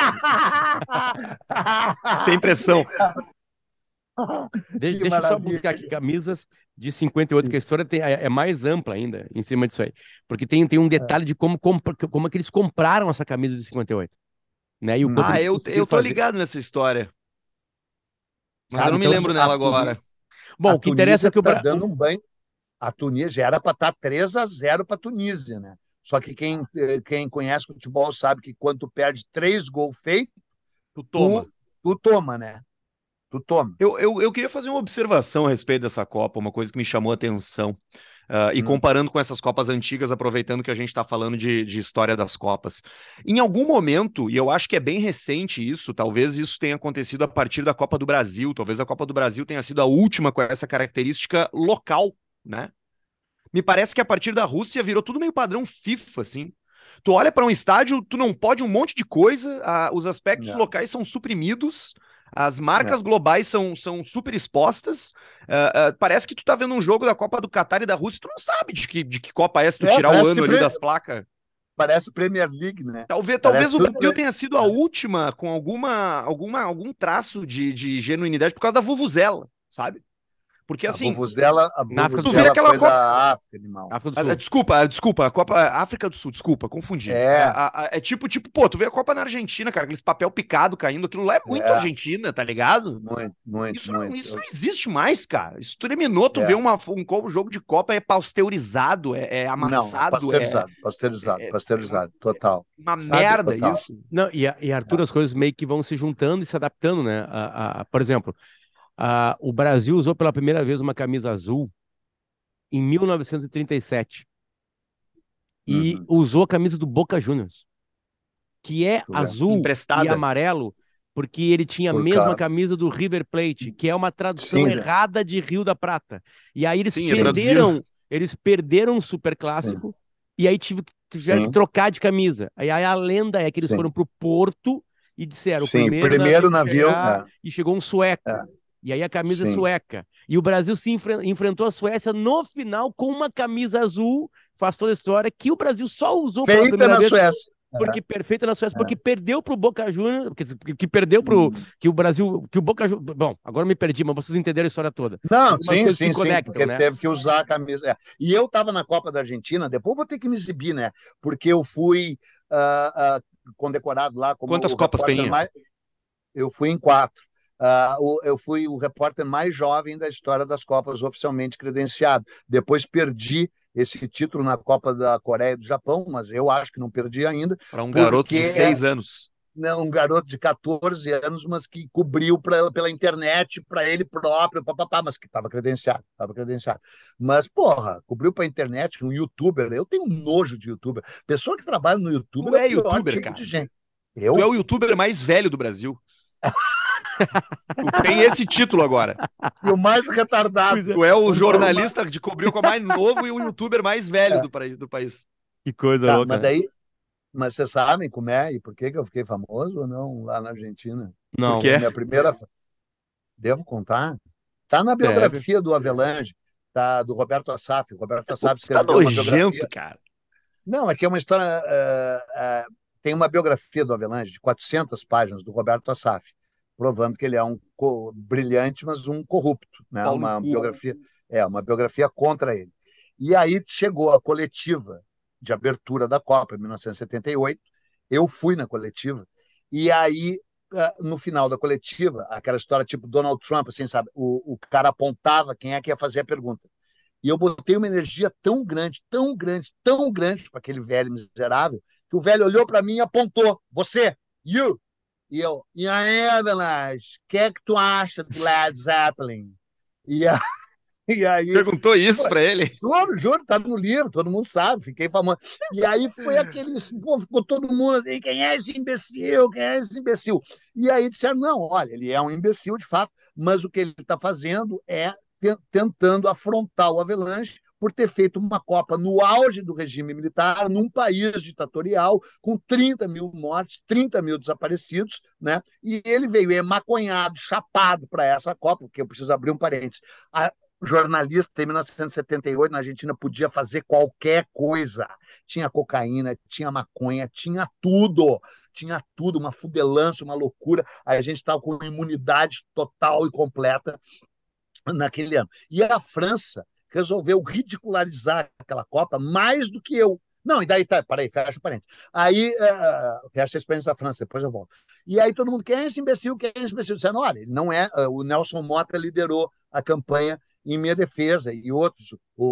Sem pressão. Deixa eu só buscar aqui camisas de 58, que a história é mais ampla ainda em cima disso aí. Porque tem um detalhe de como é que eles compraram essa camisa de 58. Né? E o quanto eles eu conseguiram tô fazer. ligado nessa história. Mas Sabe, eu não me então, lembro nela agora. Bom, o que interessa é que tá dando um banho. A Tunísia era para estar 3-0 para a Tunísia, né? Só que quem conhece futebol sabe que quando tu perde 3 gols feitos, Tu toma. tu toma, né? Tu toma. Eu queria fazer uma observação a respeito dessa Copa, uma coisa que me chamou a atenção. E comparando com essas Copas antigas, aproveitando que a gente está falando de história das Copas. Em algum momento, e eu acho que é bem recente isso, talvez isso tenha acontecido a partir da Copa do Brasil, talvez a Copa do Brasil tenha sido a última com essa característica local, né? Me parece que a partir da Rússia virou tudo meio padrão FIFA, assim. Tu olha para um estádio, tu não pode um monte de coisa, os aspectos locais são suprimidos, as marcas globais são super expostas. Parece que tu tá vendo um jogo da Copa do Catar e da Rússia, tu não sabe de que Copa é se tu tirar o ano ali das placas. Parece Premier League, né? Talvez o Brasil tenha sido a última com algum traço de genuinidade por causa da Vuvuzela, sabe? Porque assim, a Vuvuzela tu vê aquela foi Copa da África, animal. África do Sul. Desculpa, a Copa África do Sul, desculpa, confundi. É tipo, pô, tu vê a Copa na Argentina, cara, aqueles papel picado caindo, aquilo lá é muito Argentina, tá ligado? Muito. Isso não existe mais, cara. Isso terminou, tu vê um jogo de Copa é pasteurizado, é amassado. Pasteurizado, total. Uma merda total. isso. Não, e Arthur, as coisas meio que vão se juntando e se adaptando, né? Por exemplo, o Brasil usou pela primeira vez uma camisa azul em 1937 e usou a camisa do Boca Juniors, que é azul emprestada e amarelo, porque ele tinha a mesma camisa do River Plate, que é uma tradução errada de Rio da Prata. E aí eles perderam o Super Clássico e aí tiveram que trocar de camisa. Aí a lenda é que eles foram pro Porto e disseram, o primeiro navio e chegou um sueco. E aí a camisa é sueca. E o Brasil se enfrentou a Suécia no final com uma camisa azul, faz toda a história, que o Brasil só usou pela primeira vez. Porque perfeita na Suécia, porque perdeu pro Boca Juniors, que perdeu pro que o Brasil, que o Boca Juniors, bom, agora me perdi, mas vocês entenderam a história toda. Não, sim, porque né? Teve que usar a camisa. E eu tava na Copa da Argentina, depois vou ter que me exibir, né? Porque eu fui condecorado lá como quantas Copas, Peninha? Eu fui em 4. Eu fui o repórter mais jovem da história das Copas oficialmente credenciado. Depois perdi esse título na Copa da Coreia e do Japão, mas eu acho que não perdi ainda. Para um garoto de 6 anos. Não, um garoto de 14 anos, mas que cobriu pela internet, para ele próprio, mas que estava credenciado. Mas, porra, cobriu para a internet, um youtuber. Eu tenho nojo de youtuber. Pessoa que trabalha no YouTube tu é youtuber, tipo cara. De gente. Tu é o youtuber mais velho do Brasil. Tu tem esse título agora. E o mais retardado. Tu é o jornalista de cobriu com o mais novo e o youtuber mais velho do país. Que coisa louca. Mas vocês sabem como é e por que eu fiquei famoso ou não lá na Argentina? Não. Porque minha primeira... Devo contar? Tá na biografia do Avelange, tá, do Roberto Assaf. O Roberto Assaf escreveu uma biografia. Cara. Não, é que é uma história... tem uma biografia do Avelange de 400 páginas do Roberto Assaf, provando que ele é um brilhante, mas um corrupto, né? Uma biografia contra ele. E aí chegou a coletiva de abertura da Copa, em 1978, eu fui na coletiva, e aí, no final da coletiva, aquela história tipo Donald Trump, assim, sabe? O cara apontava quem é que ia fazer a pergunta. E eu botei uma energia tão grande para aquele velho miserável, que o velho olhou para mim e apontou, você, you! E eu, e aí, Avelange, o que é que tu acha do Led Zeppelin? E aí, Perguntou isso pô, pra ele? juro, tá no livro, todo mundo sabe, fiquei famoso. E aí foi aquele, pô, ficou todo mundo assim, quem é esse imbecil? Quem é esse imbecil? E aí disseram, não, olha, ele é um imbecil de fato, mas o que ele está fazendo é tentando afrontar o Avelanche por ter feito uma Copa no auge do regime militar, num país ditatorial, com 30 mil mortes, 30 mil desaparecidos, né? E ele veio emaconhado, chapado para essa Copa, porque eu preciso abrir um parênteses. A jornalista em 1978 na Argentina podia fazer qualquer coisa. Tinha cocaína, tinha maconha, tinha tudo, uma fudelança, uma loucura. Aí a gente estava com imunidade total e completa naquele ano. E a França resolveu ridicularizar aquela Copa mais do que eu. Não, e daí tá, peraí, fecha o parênteses. Aí, fecha a experiência da França, depois eu volto. E aí todo mundo, quem é esse imbecil? Quem é esse imbecil? Dizendo, olha, ele não é. O Nelson Motta liderou a campanha em minha defesa, e outros,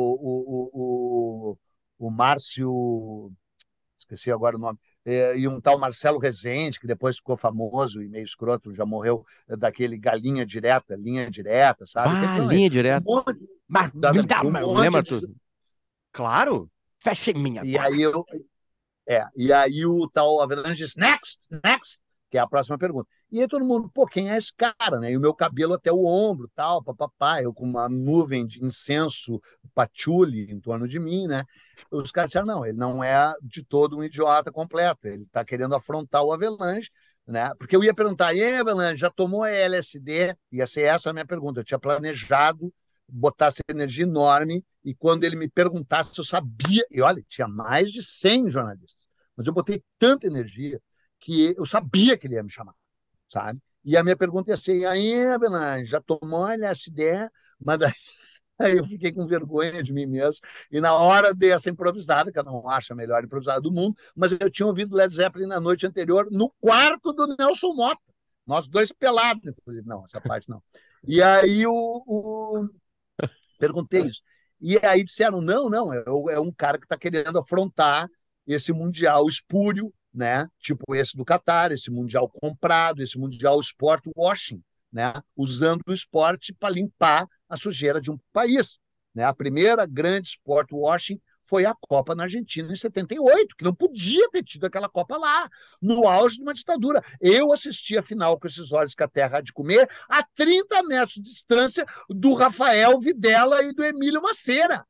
o Márcio, esqueci agora o nome, e um tal Marcelo Rezende, que depois ficou famoso e meio escroto, já morreu daquele galinha direta, linha direta, sabe? Quer Bah, dizer, linha um direta. monte, Mas me dá, um lembra monte de. tudo. Claro. Fecha em minha E cara. aí eu, e aí o tal Avelanche disse, next, que é a próxima pergunta. E aí todo mundo, pô, quem é esse cara, né? E o meu cabelo até o ombro, tal, papapá, eu com uma nuvem de incenso patchouli em torno de mim, né? Os caras disseram, não, ele não é de todo um idiota completo, ele está querendo afrontar o Avelanche, né? Porque eu ia perguntar, e aí, Avelanche, já tomou LSD? Ia ser essa a minha pergunta, eu tinha planejado botar essa energia enorme e quando ele me perguntasse, eu sabia, e olha, tinha mais de 100 jornalistas, mas eu botei tanta energia que eu sabia que ele ia me chamar, sabe? E a minha pergunta ia ser, e aí, Belan, já tomou LSD? Mas daí, aí eu fiquei com vergonha de mim mesmo, e na hora dei essa improvisada, que eu não acho a melhor improvisada do mundo, mas eu tinha ouvido Led Zeppelin na noite anterior, no quarto do Nelson Motta, nós dois pelados, inclusive, não, essa parte não. E aí perguntei isso. E aí disseram: não, é um cara que está querendo afrontar esse Mundial espúrio, né? Tipo esse do Catar, esse Mundial comprado, esse Mundial sport washing, né? Usando o esporte para limpar a sujeira de um país. Né? A primeira grande sport washing foi a Copa na Argentina em 78, que não podia ter tido aquela Copa lá, no auge de uma ditadura. Eu assisti a final com esses olhos que a terra há de comer, a 30 metros de distância do Rafael Videla e do Emílio Macera.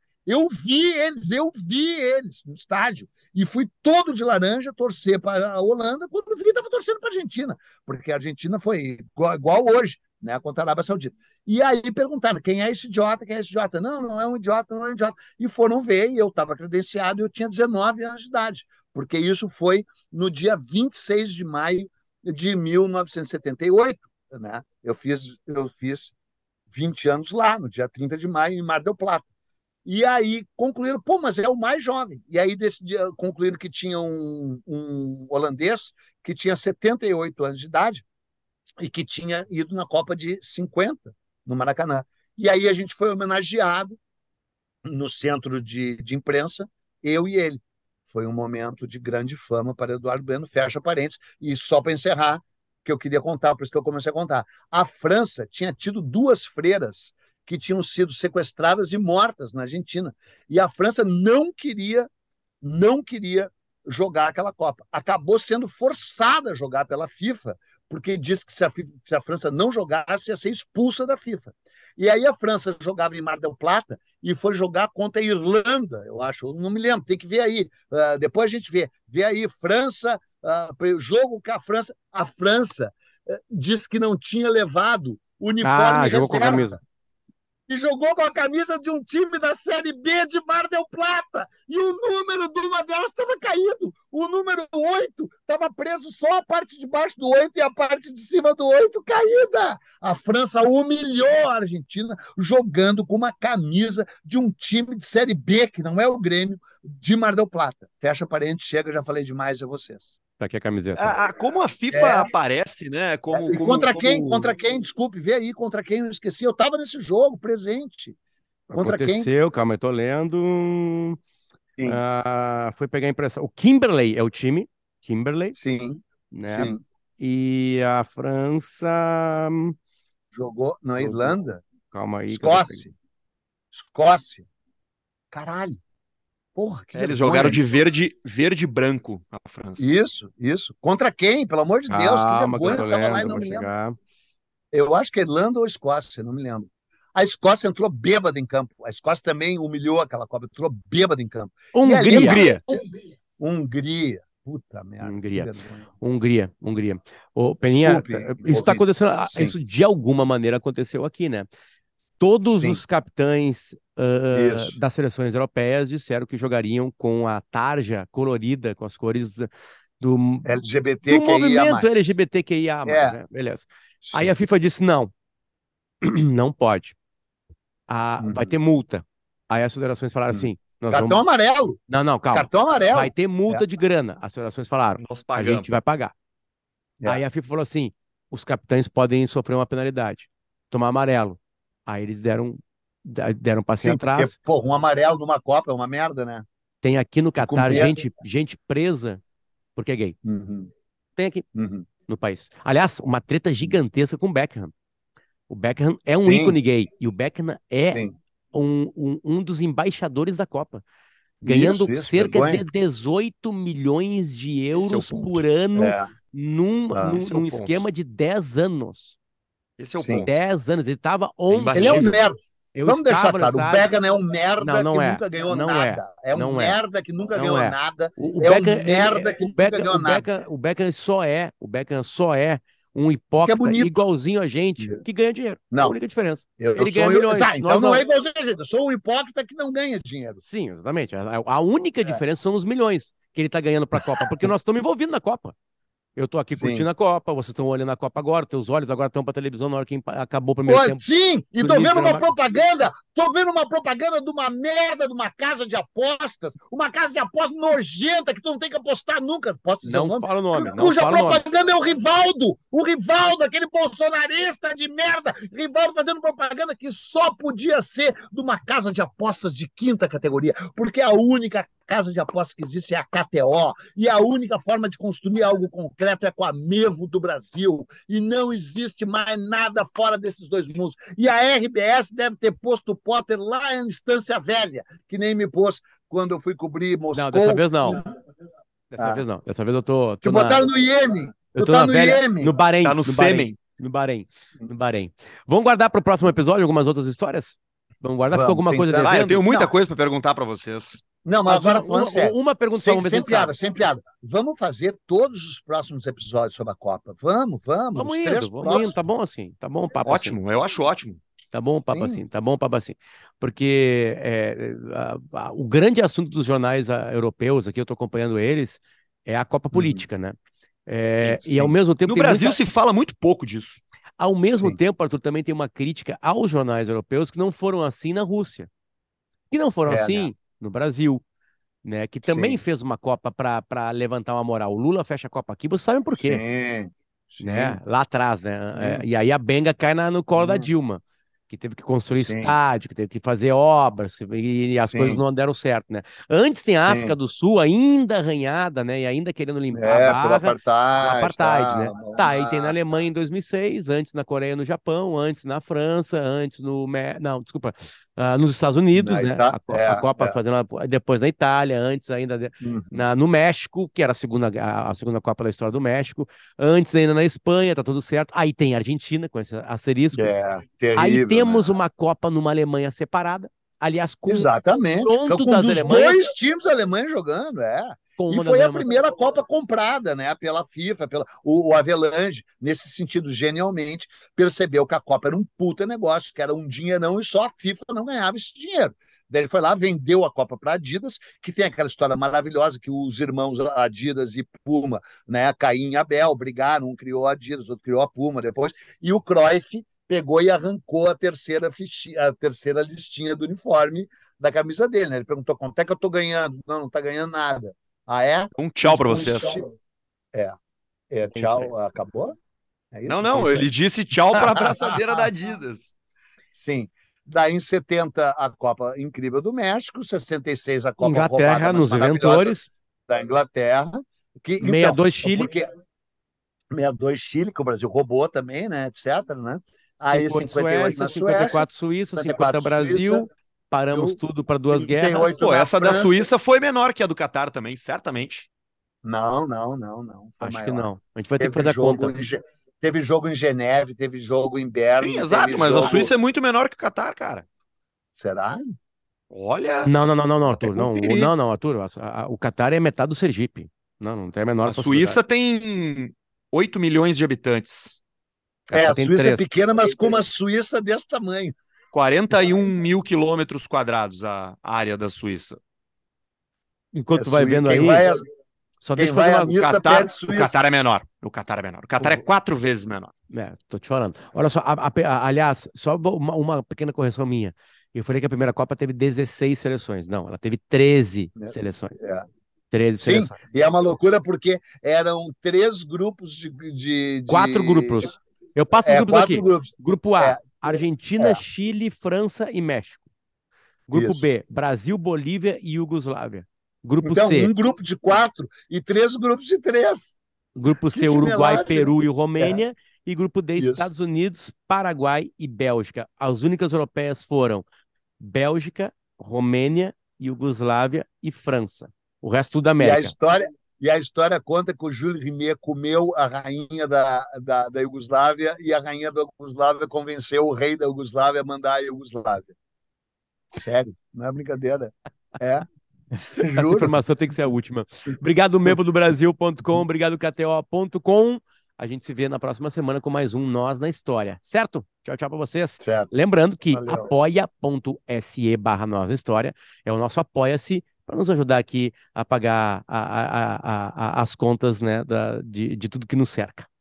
Eu vi eles no estádio. E fui todo de laranja torcer para a Holanda quando vi estava torcendo para a Argentina, porque a Argentina foi igual hoje, né, contra a Arábia Saudita. E aí perguntaram, quem é esse idiota, quem é esse idiota? Não, não é um idiota, não é um idiota. E foram ver, e eu estava credenciado, e eu tinha 19 anos de idade, porque isso foi no dia 26 de maio de 1978, né? Eu fiz 20 anos lá, no dia 30 de maio, em Mar del Plata. E aí concluíram, pô, mas é o mais jovem. E aí concluíram que tinha um holandês que tinha 78 anos de idade e que tinha ido na Copa de 50, no Maracanã. E aí a gente foi homenageado no centro de imprensa, eu e ele. Foi um momento de grande fama para Eduardo Bueno, fecha parênteses. E só para encerrar, que eu queria contar, por isso que eu comecei a contar. A França tinha tido duas freiras que tinham sido sequestradas e mortas na Argentina. E a França não queria jogar aquela Copa. Acabou sendo forçada a jogar pela FIFA, porque disse que se a França não jogasse, ia ser expulsa da FIFA. E aí a França jogava em Mar del Plata e foi jogar contra a Irlanda, eu acho. Eu não me lembro, tem que ver aí. Depois a gente vê. Vê aí, França, jogo com a França. A França disse que não tinha levado Ah, uniforme jogou com a camisa. reserva e jogou com a camisa de um time da Série B de Mar del Plata. E o número de uma delas estava caído. O número 8 estava preso só a parte de baixo do 8 e a parte de cima do 8 caída. A França humilhou a Argentina jogando com uma camisa de um time de Série B, que não é o Grêmio, de Mar del Plata. Fecha parente, chega, já falei demais a vocês. Tá aqui a camiseta. Como a FIFA É, aparece, né? e contra quem? Contra quem? Desculpe, vê aí contra quem eu esqueci. Eu estava nesse jogo, presente. Contra quem? Aconteceu, calma, eu tô lendo. Sim, Foi pegar a impressão. O Kimberley é o time. Kimberley, sim, né? sim. E a França Jogou na jogou. Irlanda, Calma aí que eu vou pegar. Escócia. Escócia. Caralho. Porra, que Eles vergonha. jogaram de verde e branco a França. Isso. Contra quem? Pelo amor de Deus, que Calma, que eu vergonha. tô Eu tava lendo, lá e eu não vou me lembro. chegar. Eu acho que é Irlanda ou Escócia, não me lembro. A Escócia entrou bêbada em campo. A Escócia também humilhou aquela Copa, entrou bêbada em campo. E ali, Hungria. Hungria. Puta merda, que Hungria. vergonha. Hungria. Ô, Peninha, Desculpe, isso está ouvintes. acontecendo, Sim, isso de alguma maneira aconteceu aqui, né? Todos sim, os capitães isso. das seleções europeias disseram que jogariam com a tarja colorida, com as cores do movimento LGBTQIA+. LGBTQIA+, É, né? Beleza. Aí a sim. FIFA disse, não, não pode. Vai ter Uhum, multa. Aí as federações falaram uhum. assim, nós Cartão vamos... amarelo. Não, calma. Cartão Vai amarelo. ter É, multa de grana. As federações falaram, Nós a pagamos. gente vai pagar. é. Aí a FIFA falou assim, os capitães podem sofrer uma penalidade, tomar amarelo. Aí eles deram um passinho Sim, porque, atrás. pô, um amarelo numa Copa é uma merda, né? Tem aqui no De Catar cumprir. gente presa porque é gay. Uhum, Tem aqui uhum. no país. Aliás, uma treta gigantesca com o Beckham. O Beckham é um Sim, ícone gay e o Beckham é sim. um dos embaixadores da Copa, ganhando Isso, cerca de vergonha. 18 milhões de Esse é o euros por ponto. ano É, Esse é o num ponto. esquema de 10 anos. Esse é o sim. ponto. 10 anos. Ele estava É on Ele é um point. imbatível. merda. Eu Vamos deixar estava no claro, o estádio. Beckham é um Não, merda que não é. nunca ganhou Não é. nada. É um Não é. merda que nunca Não ganhou é. nada. O É um Beckham, merda que nunca ganhou nada. O Beckham só é um Porque é hipócrita bonito. único a gente que ganha dinheiro. É a Não, única diferença. eu Ele ganha sou. milhões, Tá, nós então não é não. igualzinho a gente. Eu sou um hipócrita que não ganha dinheiro. Sim, exatamente. A única É, diferença são os milhões que ele está ganhando para a Copa, porque nós estamos envolvidos na Copa. Eu tô aqui curtindo sim. a Copa, vocês estão olhando a Copa agora, teus olhos agora estão para televisão na hora que acabou o Pô, primeiro tempo sim, e do tô vendo uma Nice. propaganda, de uma merda de uma casa de apostas, uma casa de apostas nojenta que tu não tem que apostar nunca, posso dizer o Não nome? fala o nome, não Cuja fala o nome. propaganda é o Rivaldo, aquele bolsonarista de merda, Rivaldo fazendo propaganda que só podia ser de uma casa de apostas de quinta categoria, porque a única casa de apostas que existe é a KTO, e a única forma de construir algo concreto é com a Mevo do Brasil, e não existe mais nada fora desses dois mundos. E a RBS deve ter posto o Potter lá em Estância Velha, que nem me pôs quando eu fui cobrir Moscou. Não, dessa vez não. Dessa Ah. vez não. Dessa vez eu tô Te na. botaram no Iêmen. Eu Tu tô tá na no velha. Iêmen. No Bahrein. Tá no sêmen. No Bahrein. Vamos guardar para o próximo episódio algumas outras histórias? Vamos guardar? Ficou Vamos, alguma coisa tentando. Ah, eu devendo? tenho muita Não. coisa para perguntar para vocês. Não, mas Mas agora falando sério. uma pergunta só, vamos ver se a Sem gente sabe. piada, sem piada. Vamos fazer todos os próximos episódios sobre a Copa. Vamos. Vamos Os indo, três vamos próximos. indo. Tá bom assim. Tá bom o papo assim. Ótimo, eu acho ótimo. Tá bom o papo Sim. assim. Tá bom o papo assim. Porque o grande assunto dos jornais europeus, aqui eu tô acompanhando eles, é a Copa política, né? E ao Sim. mesmo tempo No tem Brasil muita... se fala muito pouco disso. Ao mesmo Sim. tempo, Arthur, também tem uma crítica aos jornais europeus que não foram assim na Rússia, que não foram Né? assim no Brasil, né? Que também Sim. fez uma Copa para levantar uma moral. O Lula fecha a Copa aqui, vocês sabem por quê, Sim. né? Lá atrás, né? Sim. E aí a benga cai no colo da Sim. Dilma, que teve que construir Sim. estádio, que teve que fazer obras, e as coisas Sim. não deram certo, né? Antes tem a África Sim. do Sul ainda arranhada, né? E ainda querendo limpar a Pelo barra do apartheid, apartheid, tá? né? Tá, aí tem na Alemanha em 2006, antes na Coreia e no Japão, antes na França, antes não, desculpa, nos Estados Unidos, né? A Copa fazendo depois na Itália, antes ainda Uhum. no México, que era a segunda Copa da história do México, antes ainda na Espanha, tá tudo certo. Aí tem a Argentina com esse asterisco. Aí Terrível, temos né? uma Copa numa Alemanha separada, aliás, com Exatamente, confronto com das dos Alemanhas dois times alemães jogando, com E uma das foi a Alemanhas. primeira Copa comprada, né, pela FIFA, o Avelange, nesse sentido, genialmente, percebeu que a Copa era um puta negócio, que era um dinheirão e só a FIFA não ganhava esse dinheiro. Daí ele foi lá, vendeu a Copa para a Adidas, que tem aquela história maravilhosa que os irmãos Adidas e Puma, né, Caim e Abel, brigaram, um criou a Adidas, outro criou a Puma depois, e o Cruyff pegou e arrancou a terceira listinha do uniforme da camisa dele, né? Ele perguntou quanto é que eu tô ganhando. Não tá ganhando nada. Ah, é? Um tchau para vocês. Tchau, acabou? É isso? Não, ele disse tchau para a abraçadeira da Adidas. Sim. Daí em 70 a Copa incrível do México, 66 a Copa Inglaterra roubada, mas nos maravilhosa inventores, da Inglaterra. Que, 62 Chile, porque 62 Chile, que o Brasil roubou também, né, etc, né? Aí 58 58 Suécia, na Suécia, 54 Suíça, 50 54 Brasil, Suíça, paramos tudo para duas 38 guerras. Pô, na essa da França. Suíça foi menor que a do Catar também, certamente. Não. Foi Acho maior. que não. A gente vai ter que Teve fazer a jogo conta. Teve jogo em Geneve, teve jogo em Sim, Berlim, exato, teve mas a jogo. Suíça é muito menor que o Catar, cara. Será? Olha, Não, vou até Arthur. Não, conferir. Arthur. O Catar é metade do Sergipe. Não tem a menor A possibilidade. Suíça tem 8 milhões de habitantes. O Catar A tem Suíça é 3. pequena, mas com uma Suíça desse tamanho. 41 mil quilômetros quadrados a área da Suíça. Enquanto tu vai vendo Quem aí, vai, só quem deixa eu fazer vai à uma. missa Catar, pede o Catar Suíça. é menor. O Catar é menor. O Catar é 4 vezes menor. Tô te falando. Olha só, aliás, só uma pequena correção minha. Eu falei que a primeira Copa teve 16 seleções. Não, ela teve 13 seleções. É. 13 Sim, seleções. e é uma loucura porque eram 3 grupos 4 grupos. Eu passo os grupos 4 aqui. grupos. Grupo A, É, Argentina, é, Chile, França e México. Grupo isso. B, Brasil, Bolívia e Iugoslávia. Grupo Então, C, um grupo de 4 e 3 grupos de 3. Grupo Que C, Uruguai, similar, Peru e é, Romênia. E grupo D, isso. Estados Unidos, Paraguai e Bélgica. As únicas europeias foram Bélgica, Romênia, Iugoslávia e França. O resto tudo da E a América. história, e a história conta que o Júlio Rimet comeu a rainha da Iugoslávia e a rainha da Iugoslávia convenceu o rei da Iugoslávia a mandar a Iugoslávia. Sério, não é brincadeira. É, Essa juro. informação tem que ser a última. Obrigado, membodobrasil.com. Obrigado, KTO.com. A gente se vê na próxima semana com mais um Nós na História. Certo? Tchau, tchau para vocês. Certo. Lembrando que Valeu. apoia.se/Nós na História é o nosso Apoia-se para nos ajudar aqui a pagar as contas, né, de tudo que nos cerca.